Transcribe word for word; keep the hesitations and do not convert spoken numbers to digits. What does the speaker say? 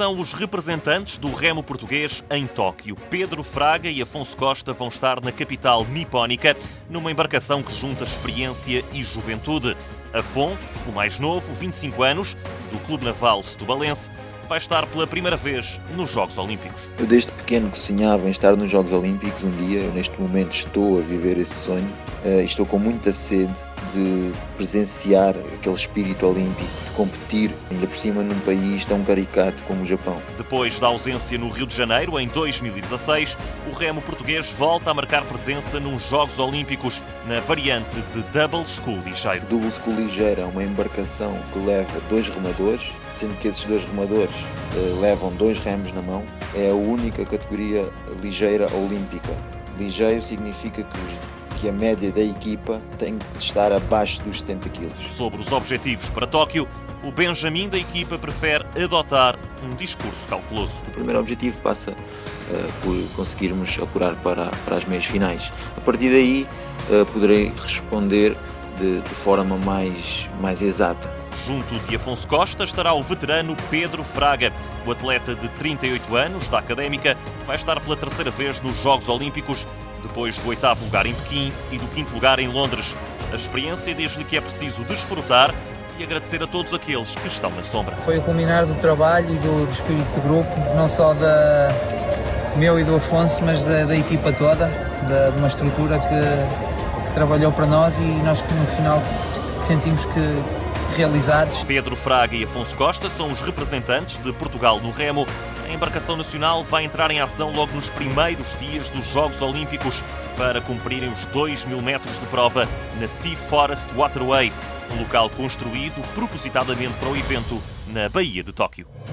são os representantes do remo português em Tóquio. Pedro Fraga e Afonso Costa vão estar na capital nipónica, numa embarcação que junta experiência e juventude. Afonso, o mais novo, vinte e cinco anos, do Clube Naval Setubalense, vai estar pela primeira vez nos Jogos Olímpicos. Eu desde pequeno que sonhava em estar nos Jogos Olímpicos um dia. Eu, neste momento estou a viver esse sonho. Uh, estou com muita sede de presenciar aquele espírito olímpico, de competir, ainda por cima num país tão caricato como o Japão. Depois da ausência no Rio de Janeiro, em dois mil e dezasseis, o remo português volta a marcar presença nos Jogos Olímpicos, na variante de Double Scull ligeiro. Double Scull ligeiro é uma embarcação que leva dois remadores, sendo que esses dois remadores eh, levam dois remos na mão. É a única categoria ligeira olímpica. Ligeiro significa que os que a média da equipa tem de estar abaixo dos setenta quilos. Sobre os objetivos para Tóquio, o Benjamin da equipa prefere adotar um discurso cauteloso. O primeiro objetivo passa uh, por conseguirmos apurar para, para as meias finais. A partir daí uh, poderei responder de, de forma mais, mais exata. Junto de Afonso Costa estará o veterano Pedro Fraga. O atleta de trinta e oito anos, da Académica, vai estar pela terceira vez nos Jogos Olímpicos, depois do oitavo lugar em Pequim e do quinto lugar em Londres. A experiência diz-lhe que é preciso desfrutar e agradecer a todos aqueles que estão na sombra. Foi o culminar do trabalho e do, do espírito de grupo, não só da meu e do Afonso, mas da, da equipa toda, da, de uma estrutura que, que trabalhou para nós e nós que no final sentimos que realizados. Pedro Fraga e Afonso Costa são os representantes de Portugal no remo. A embarcação nacional vai entrar em ação logo nos primeiros dias dos Jogos Olímpicos para cumprirem os dois mil metros de prova na Sea Forest Waterway, um local construído propositadamente para o evento na Baía de Tóquio.